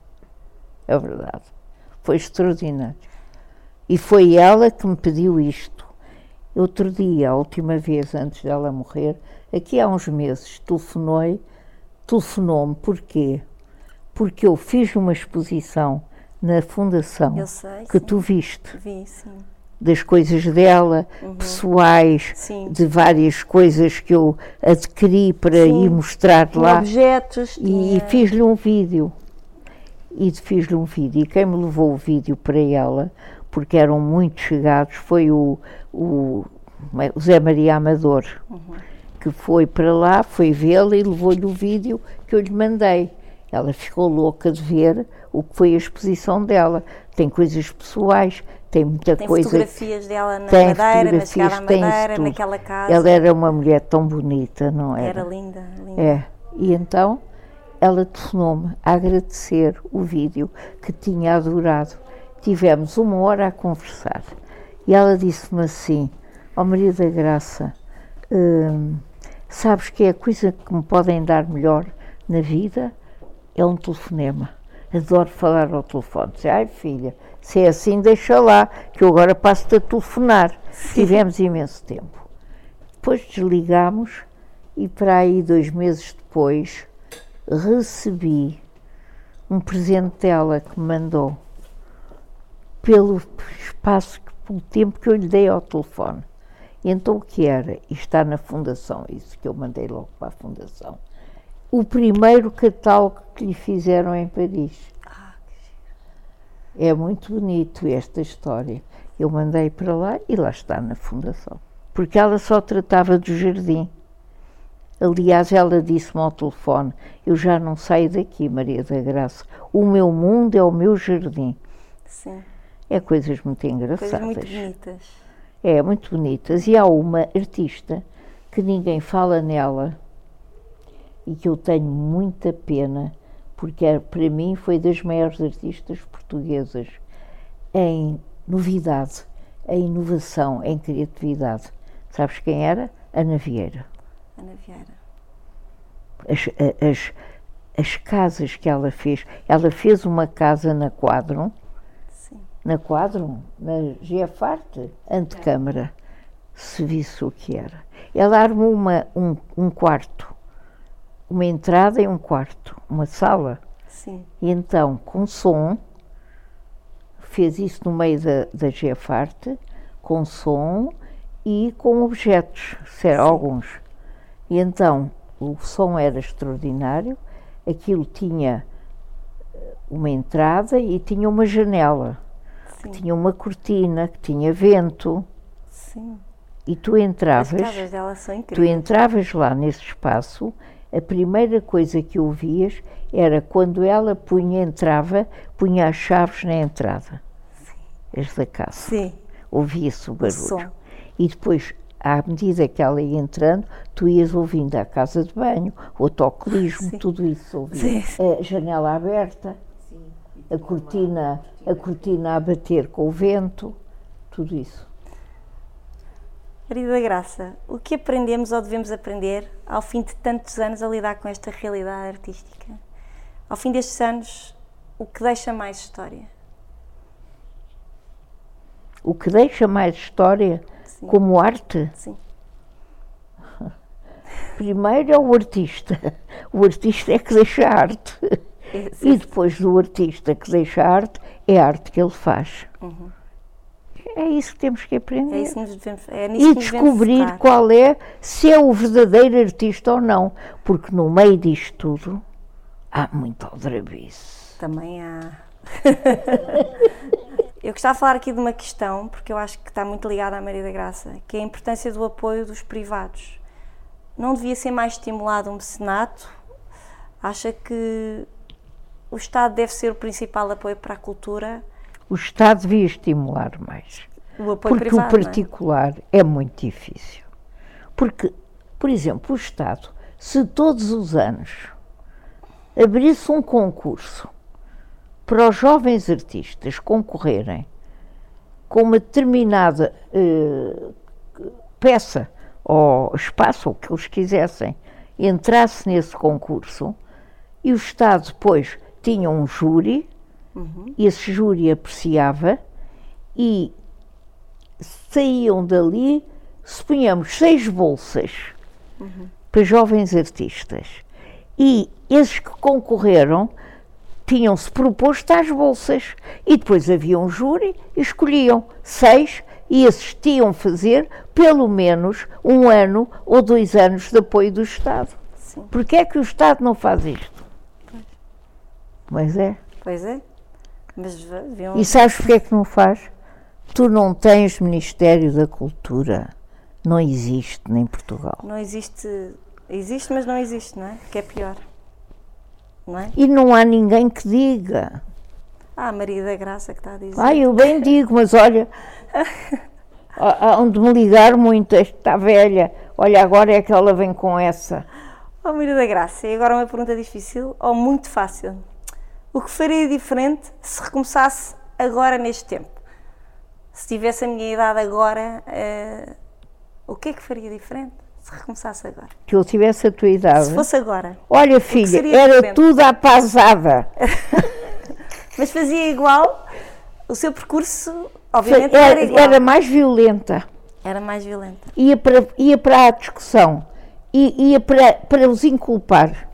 É verdade. Foi extraordinário. E foi ela que me pediu isto. Outro dia, a última vez antes dela morrer, aqui há uns meses, telefonou, telefonou-me. Porquê? Porque eu fiz uma exposição na Fundação eu sei, que sim. tu viste. Vi, sim. Das coisas dela, uhum. pessoais, sim. de várias coisas que eu adquiri para sim. ir mostrar tinha lá. Objetos. E tinha... fiz-lhe um vídeo. E fiz-lhe um vídeo. E quem me levou o vídeo para ela, porque eram muito chegados, foi o, o, o Zé Maria Amador, uhum. que foi para lá, foi vê-la e levou-lhe o vídeo que eu lhe mandei. Ela ficou louca de ver o que foi a exposição dela. Tem coisas pessoais, tem muita tem coisa. Tem fotografias dela na tem Madeira, na chegada à Madeira, naquela casa. Ela era uma mulher tão bonita, não era? Era linda, linda. É, e então ela telefonou-me a agradecer o vídeo, que tinha adorado. Tivemos uma hora a conversar e ela disse-me assim: ó oh, Maria da Graça, hum, sabes que é a coisa que me podem dar melhor na vida? É um telefonema. Adoro falar ao telefone. Disse, ai filha, se é assim deixa lá, que eu agora passo-te a telefonar. Sim. Tivemos imenso tempo. Depois desligámos e para aí dois meses depois recebi um presente dela que me mandou pelo espaço, pelo tempo que eu lhe dei ao telefone. E então o que era? E está na Fundação, isso que eu mandei logo para a Fundação. O primeiro catálogo que lhe fizeram em Paris. Ah, que giro. É muito bonito esta história. Eu mandei para lá e lá está na Fundação. Porque ela só tratava do jardim. Aliás, ela disse-me ao telefone: eu já não saio daqui, Maria da Graça. O meu mundo é o meu jardim. Sim. É coisas muito engraçadas. Coisas muito bonitas. É, muito bonitas. E há uma artista que ninguém fala nela e que eu tenho muita pena, porque é, para mim foi das maiores artistas portuguesas em novidade, em inovação, em criatividade. Sabes quem era? Ana Vieira. Ana Vieira. As, as, as casas que ela fez, ela fez uma casa na Quadro, Sim. na Quadro, na G F Arte, antecâmara, se visse o que era. Ela armou uma, um, um quarto, uma entrada e um quarto, uma sala. Sim. E então, com som, fez isso no meio da, da G F Arte, com som e com objetos, ser, alguns. E então, o som era extraordinário, aquilo tinha uma entrada e tinha uma janela, que tinha uma cortina, que tinha vento. Sim. E tu entravas, As casas dela são incríveis. Tu entravas lá nesse espaço, a primeira coisa que ouvias era quando ela punha, entrava, punha as chaves na entrada. Sim. As da casa. Sim. Ouvia-se o barulho. O som. E depois, à medida que ela ia entrando, tu ias ouvindo a casa de banho, o autocolismo, Sim. tudo isso ouvia. Sim. A janela aberta, Sim. a cortina, a cortina a bater com o vento, tudo isso. Maria da Graça, o que aprendemos ou devemos aprender ao fim de tantos anos a lidar com esta realidade artística? Ao fim destes anos, o que deixa mais história? O que deixa mais história Sim. como arte? Sim. Primeiro é o artista. O artista é que deixa a arte. Sim. E depois do artista que deixa a arte, é a arte que ele faz. Uhum. É isso que temos que aprender. É isso que nos devemos, é nisso E que nos devemos descobrir focar. qual é, se é o verdadeiro artista ou não. Porque no meio disto tudo, há muito aldrabice. Também há. Eu gostava de falar aqui de uma questão, porque eu acho que está muito ligada à Maria da Graça, que é a importância do apoio dos privados. Não devia ser mais estimulado um mecenato? Acha que o Estado deve ser o principal apoio para a cultura? O Estado devia estimular mais. O apoio Porque privado, o particular é? é muito difícil. Porque, por exemplo, o Estado, se todos os anos abrisse um concurso para os jovens artistas concorrerem com uma determinada uh, peça ou espaço, ou o que eles quisessem, entrasse nesse concurso, e o Estado depois tinha um júri, uhum. esse júri apreciava, e saíam dali, suponhamos, seis bolsas uhum. para jovens artistas. E esses que concorreram tinham-se proposto às bolsas. E depois havia um júri e escolhiam seis, e esses tinham fazer pelo menos um ano ou dois anos de apoio do Estado. Sim. Porquê é que o Estado não faz isto? Pois, pois é. Pois é. Mas, viam... E sabes porquê é que não faz? Tu não tens Ministério da Cultura. Não existe em Portugal. Não existe... Existe, mas não existe, não é? Que é pior. Não é? E não há ninguém que diga. Ah, a Maria da Graça que está a dizer. Ah, eu bem digo, mas olha... onde me ligar muito, esta está velha. Olha, agora é que ela vem com essa. Oh, Maria da Graça, e agora uma pergunta difícil ou muito fácil. O que faria diferente se recomeçasse agora neste tempo? Se tivesse a minha idade agora, uh, o que é que faria diferente se recomeçasse agora? Que eu tivesse a tua idade? Se fosse agora. Olha, filha, era diferente? Tudo à pasada. Mas fazia igual? O seu percurso, obviamente, era, era igual. Era mais violenta. Era mais violenta. Ia para, ia para a discussão. Ia para, para os inculpar.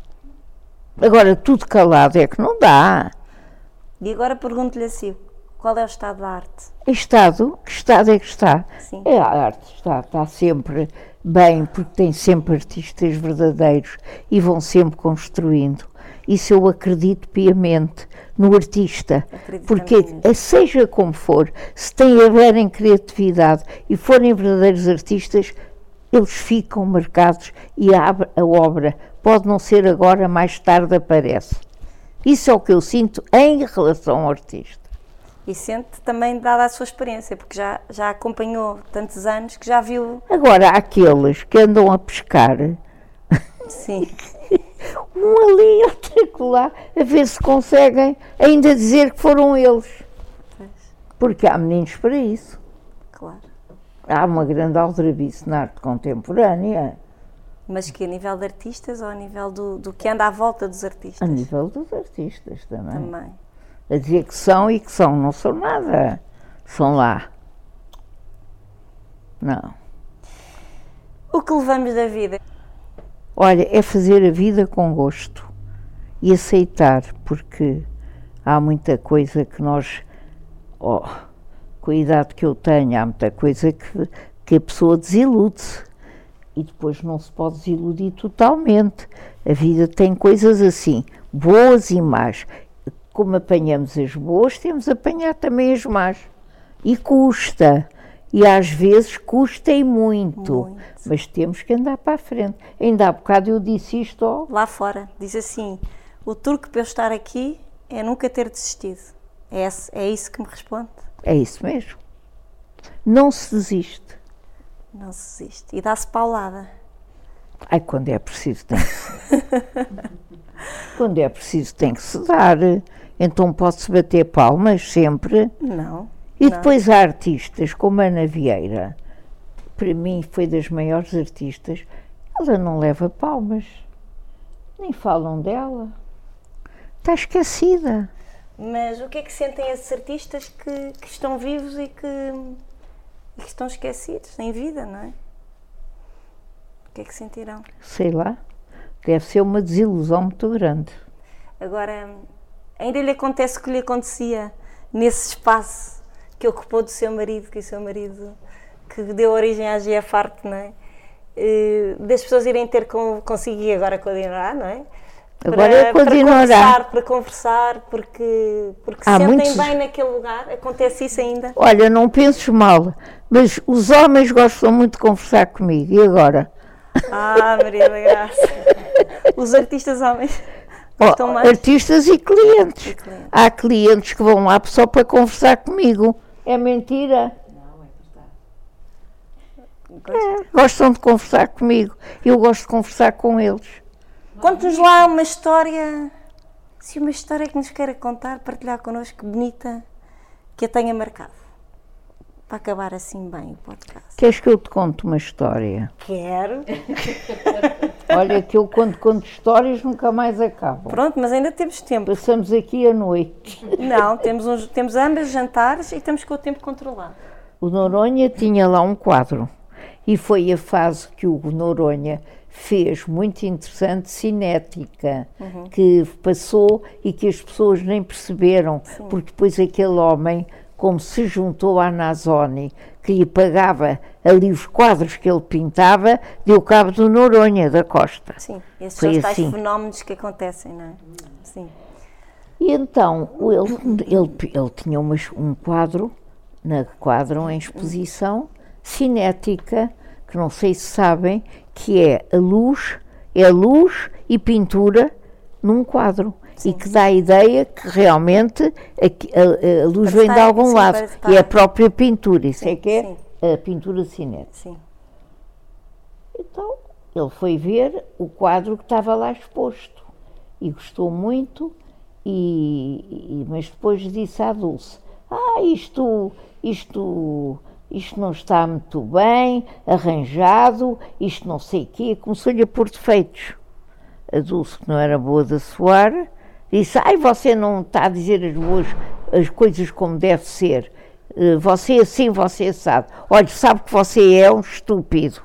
Agora, tudo calado é que não dá. E agora pergunto-lhe assim, qual é o estado da arte? Estado? Que estado é que está? Sim. É, a arte está, está sempre bem, porque tem sempre artistas verdadeiros e vão sempre construindo. Isso eu acredito piamente no artista, acredito porque seja como for, se tem a ver em criatividade e forem verdadeiros artistas, eles ficam marcados e a, a obra pode não ser agora, mais tarde aparece. Isso é o que eu sinto em relação ao artista. E sente também, dada a sua experiência, porque já, já acompanhou tantos anos que já viu... Agora, há aqueles que andam a pescar, sim. um ali, outro lá, a ver se conseguem ainda dizer que foram eles. Pois. Porque há meninos para isso. Claro. Há uma grande aldrabice na arte contemporânea. Mas que a nível de artistas ou a nível do, do que anda à volta dos artistas? A nível dos artistas também. Também. A dizer que são e que são, não são nada. São lá. Não. O que levamos da vida? Olha, é fazer a vida com gosto e aceitar, porque há muita coisa que nós, oh, com a idade que eu tenho, há muita coisa que, que a pessoa desilude-se e depois não se pode desiludir totalmente. A vida tem coisas assim, boas e más. Como apanhamos as boas, temos de apanhar também as más. E custa. E às vezes custa e muito, muito, mas temos que andar para a frente. Ainda há bocado eu disse isto ó, lá fora, diz assim, o truque para eu estar aqui é nunca ter desistido. É, esse, é isso que me responde? É isso mesmo. Não se desiste. Não se desiste. E dá-se paulada. Ai, quando é preciso tem que se Quando é preciso tem que se dar. Então pode-se bater palmas sempre. Não. E depois há artistas como a Ana Vieira, para mim foi das maiores artistas, ela não leva palmas, nem falam dela. está esquecida. Mas o que é que sentem esses artistas que, que estão vivos e que, e que estão esquecidos em vida, não é? O que é que sentirão? Sei lá, deve ser uma desilusão muito grande. Agora, ainda lhe acontece o que lhe acontecia nesse espaço que ocupou do seu marido, que o seu marido, que deu origem à G F Arte, não é? E, das pessoas irem ter com, consigo e agora com a Dinorá, não é? Agora é com a para Dinorá. conversar, para conversar, porque, porque se Há sentem muitos- bem naquele lugar. Acontece isso ainda? Olha, não penses mal, mas os homens gostam muito de conversar comigo. E agora? Ah, Maria da Graça. Os artistas homens gostam Oh, mais? artistas e clientes. E clientes. Há clientes que vão lá só para conversar comigo. É mentira. Não, é verdade. Gostam. Gostam de conversar comigo. Eu gosto de conversar com eles. Conte-nos lá uma história, se uma história que nos queira contar, partilhar connosco, bonita, que a tenha marcado. Para acabar assim bem o podcast. Queres que eu te conte uma história? Quero. Olha que eu quando conto histórias nunca mais acabam. Pronto, mas ainda temos tempo. Passamos aqui a noite. Não, temos, uns, temos ambas jantares e estamos com o tempo controlado. O Noronha tinha lá um quadro e foi a fase que o Noronha fez muito interessante, cinética, Uhum. que passou e que as pessoas nem perceberam, porque depois aquele homem, como se juntou à Nazoni, que lhe pagava ali os quadros que ele pintava, deu cabo do Noronha da Costa. Sim, esses Foi são os tais assim. fenómenos que acontecem, não é? Sim. E então, ele, ele, ele tinha umas, um quadro, na quadro em exposição, cinética, que não sei se sabem, que é a luz, é luz e pintura num quadro. Sim. E que dá a ideia que realmente a, a, a luz Parece vem de estar- algum sim, lado. parece estar- E é a própria pintura, isso Sim, é que é sim. a pintura cinética. Sim. Então, ele foi ver o quadro que estava lá exposto e gostou muito, e, e- mas depois disse à Dulce, ah, isto, isto, isto não está muito bem arranjado, isto não sei o quê, começou-lhe a pôr defeitos. A Dulce, que não era boa de soar, disse, ai, você não está a dizer as boas, as coisas como deve ser, Eh, você é assim, você é assado. Olha, sabe que você é um estúpido.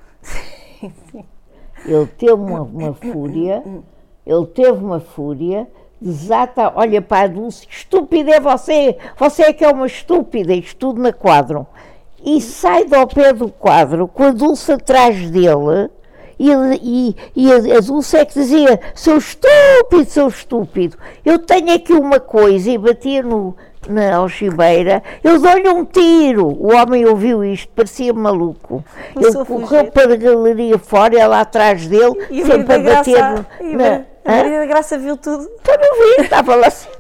Ele teve uma, uma fúria, ele teve uma fúria, desata, olha para a Dulce, estúpida é você, você é que é uma estúpida, isto tudo na quadro. E sai do pé do quadro, com a Dulce atrás dele, e, ele- e, e a, a Dulce é que dizia, seu estúpido, seu estúpido, eu tenho aqui uma coisa, e batia no, na algibeira, eu dou-lhe um tiro. O homem ouviu isto, parecia maluco. Começou Ele a fugir. correu para a galeria fora, ela atrás dele, E a Maria sempre a da bater Graça, no, e a na, Maria- a Hã? Maria da Graça viu tudo. Eu não vi, estava lá assim.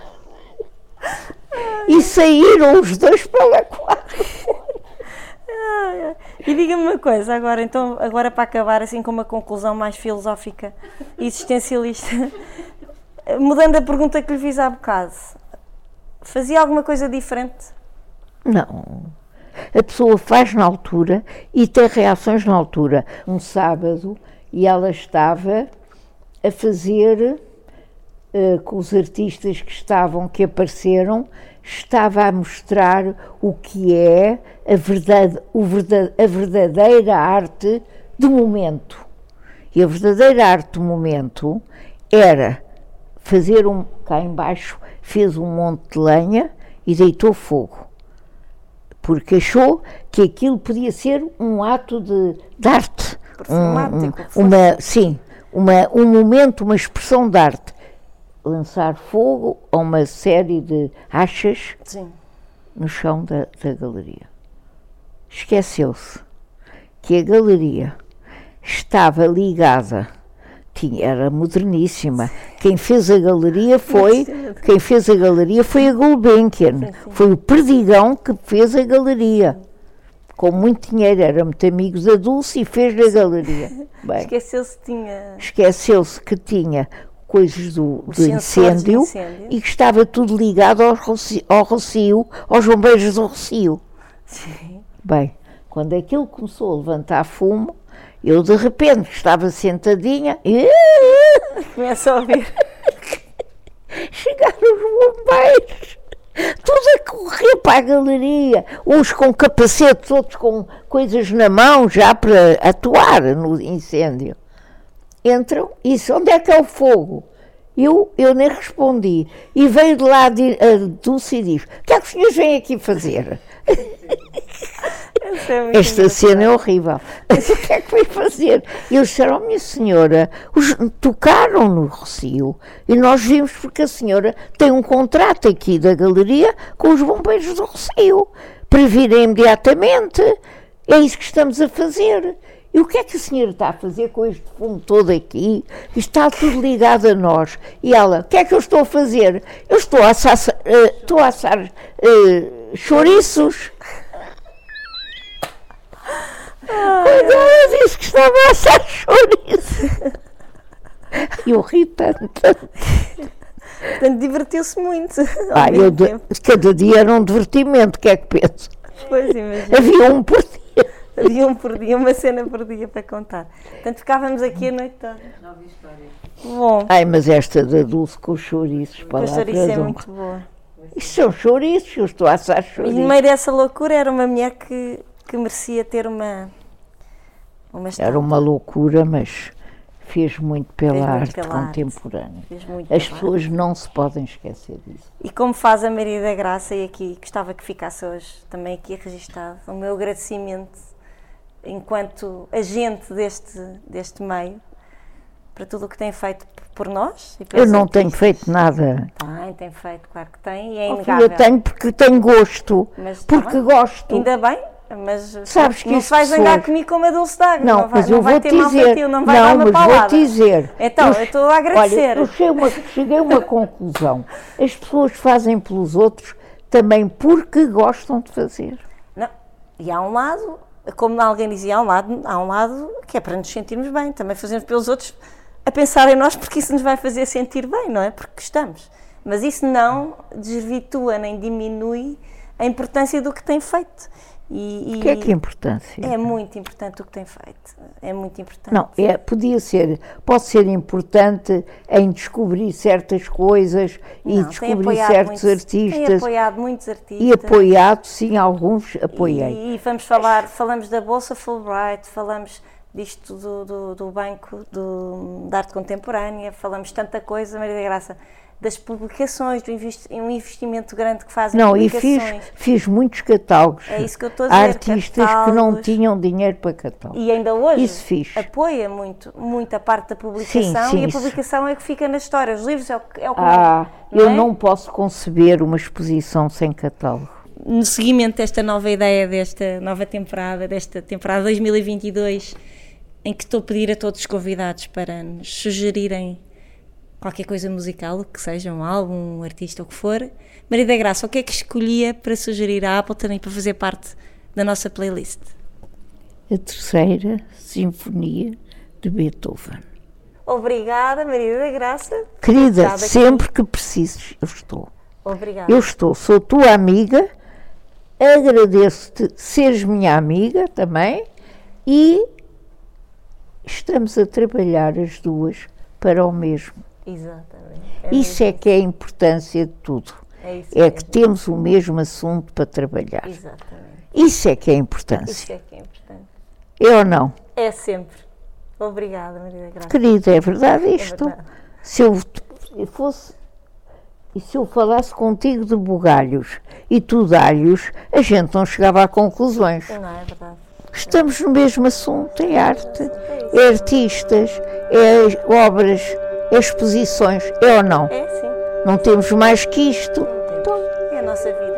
E saíram os dois para lá quatro. Ai, ai. E diga-me uma coisa, agora, então, agora para acabar assim com uma conclusão mais filosófica e existencialista, mudando a pergunta que lhe fiz há bocado, fazia alguma coisa diferente? Não. A pessoa faz na altura e tem reações na altura. Um sábado, e ela estava a fazer, eh, com os artistas que estavam, que apareceram, estava a mostrar o que é a, verdade, o verdade, a verdadeira arte do momento. E a verdadeira arte do momento era fazer um, cá embaixo, fez um monte de lenha e deitou fogo. Porque achou que aquilo podia ser um ato de, de arte. Performático, Um, um, uma, sim, uma, um momento, uma expressão de arte. Lançar fogo a uma série de achas Sim. no chão da, da galeria. Esqueceu-se que a galeria estava ligada, tinha, era moderníssima. Quem fez a galeria foi, quem fez a galeria foi a Gulbenkian, foi o Perdigão que fez a galeria. Com muito dinheiro, era muito amigo da Dulce e fez a galeria. Bem, Esqueceu-se que tinha esqueceu-se que tinha coisas do, os do sensores de incêndio, incêndio. e que estava tudo ligado ao Rocio, ao Rocio, aos bombeiros do Rocio. Sim. Bem, quando aquilo começou a levantar fumo, eu de repente estava sentadinha e Começa a ouvir. bombeiros. Tudo a correr para a galeria, uns com capacetes, outros com coisas na mão já para atuar no incêndio. Entram e disse, onde é que é o fogo? Eu, eu nem respondi. E veio de lá a Dulce e diz, o que é que os senhores vêm aqui fazer? É Esta cena é horrível. O que é que veio fazer? E eles disseram, oh, minha senhora, os, tocaram no Rossio e nós vimos porque a senhora tem um contrato aqui da galeria com os bombeiros do Rossio para virem imediatamente. É isso que estamos a fazer. E o que é que a senhora está a fazer com este fumo todo aqui? Está tudo ligado a nós. E ela, o que é que eu estou a fazer? Eu estou a assar, uh, estou a assar uh, chouriços. Quando ela disse que estava a assar chouriços. Eu ri tanto. Portanto, divertiu-se muito. Ah, eu de, cada dia era um divertimento, o que é que penso? Pois, imagino. Havia um por dia. Havia um por dia, uma cena por dia para contar. Portanto, ficávamos aqui a noite toda. Não ouvi história. Bom, Ai, mas esta da Dulce com os chouriços, a palavras chouriça é de honra. muito boa. Isto são chouriços, eu estou a assar E chouriços. no meio dessa loucura era uma mulher que, que merecia ter uma, uma estátua. Era uma loucura, mas fez muito pela Fez muito arte pela arte. contemporânea. Fez muito As pela pessoas não se podem esquecer disso. E como faz a Maria da Graça, e aqui gostava que ficasse hoje também aqui registado, o meu agradecimento enquanto agente deste, deste meio, para tudo o que tem feito por nós. E Eu pelos não artistas. tenho feito nada. Tem, tem feito, claro que tem, e é Oh, inegável. filha, tenho porque tenho gosto, Mas, tá porque bem. gosto. Ainda bem, mas Sabes que não isso se vai zangar pessoas- comigo como a Dulce D'Água. Não, não vai, mas não eu vai vou-te ter mal dizer, feitio, não vai não, dar uma mas palavra. vou-te dizer. Então, eu estou a agradecer. Olha, eu cheguei a uma, cheguei a uma conclusão. As pessoas fazem pelos outros também porque gostam de fazer. Não. E há um lado, como alguém dizia, há um lado, há um lado que é para nos sentirmos bem. Também fazemos pelos outros a pensar em nós porque isso nos vai fazer sentir bem, não é? Porque gostamos. Mas isso não desvirtua nem diminui a importância do que tem feito. E, O que é que é importância? É muito importante o que tem feito. É muito importante. Não, é, podia ser, pode ser importante em descobrir certas coisas e Não, tem descobrir apoiado certos muitos- Tem artistas apoiado muitos artistas. e apoiado, sim, alguns apoiei. E, e vamos falar, falamos da Bolsa Fulbright, falamos disto do, do, do Banco do, da Arte Contemporânea, falamos tanta coisa, Maria da Graça, das publicações, do investi um investimento grande que fazem Não, em e fiz, publicações. fiz muitos catálogos. É isso que eu estou a Há dizer, artistas que não catálogos. tinham dinheiro para catálogos. E ainda hoje Isso fiz. apoia muito, muito a parte da publicação Sim, sim, e a isso. publicação é que fica na história. Os livros é o que é o que Ah, não eu é? não posso conceber uma exposição sem catálogo. No seguimento desta nova ideia, desta nova temporada, desta temporada dois mil e vinte e dois, em que estou a pedir a todos os convidados para nos sugerirem qualquer coisa musical, o que seja, um álbum, um artista, o que for. Maria da Graça, o que é que escolhia para sugerir à Appleton e para fazer parte da nossa playlist? A terceira sinfonia de Beethoven. Obrigada, Maria da Graça. Querida, Obrigada, sempre que precises, eu estou. Obrigada. Eu estou, sou tua amiga, agradeço-te seres minha amiga também e estamos a trabalhar as duas para o mesmo. Exatamente. Isso é que é a importância de tudo. É isso É mesmo. que temos o mesmo assunto para trabalhar. Exatamente. Isso é que é a Isso importância. é que é importante. É ou não? É sempre. Obrigada, Maria da Graça. Querida, é verdade isto? verdade. Se eu fosse, e se eu falasse contigo de bugalhos e tu de alhos, a gente não chegava a conclusões. Não, é verdade. Estamos no mesmo assunto, é arte, é artistas, é obras, é exposições, é ou não? É sim. Não temos mais que isto. Não temos. É a nossa vida.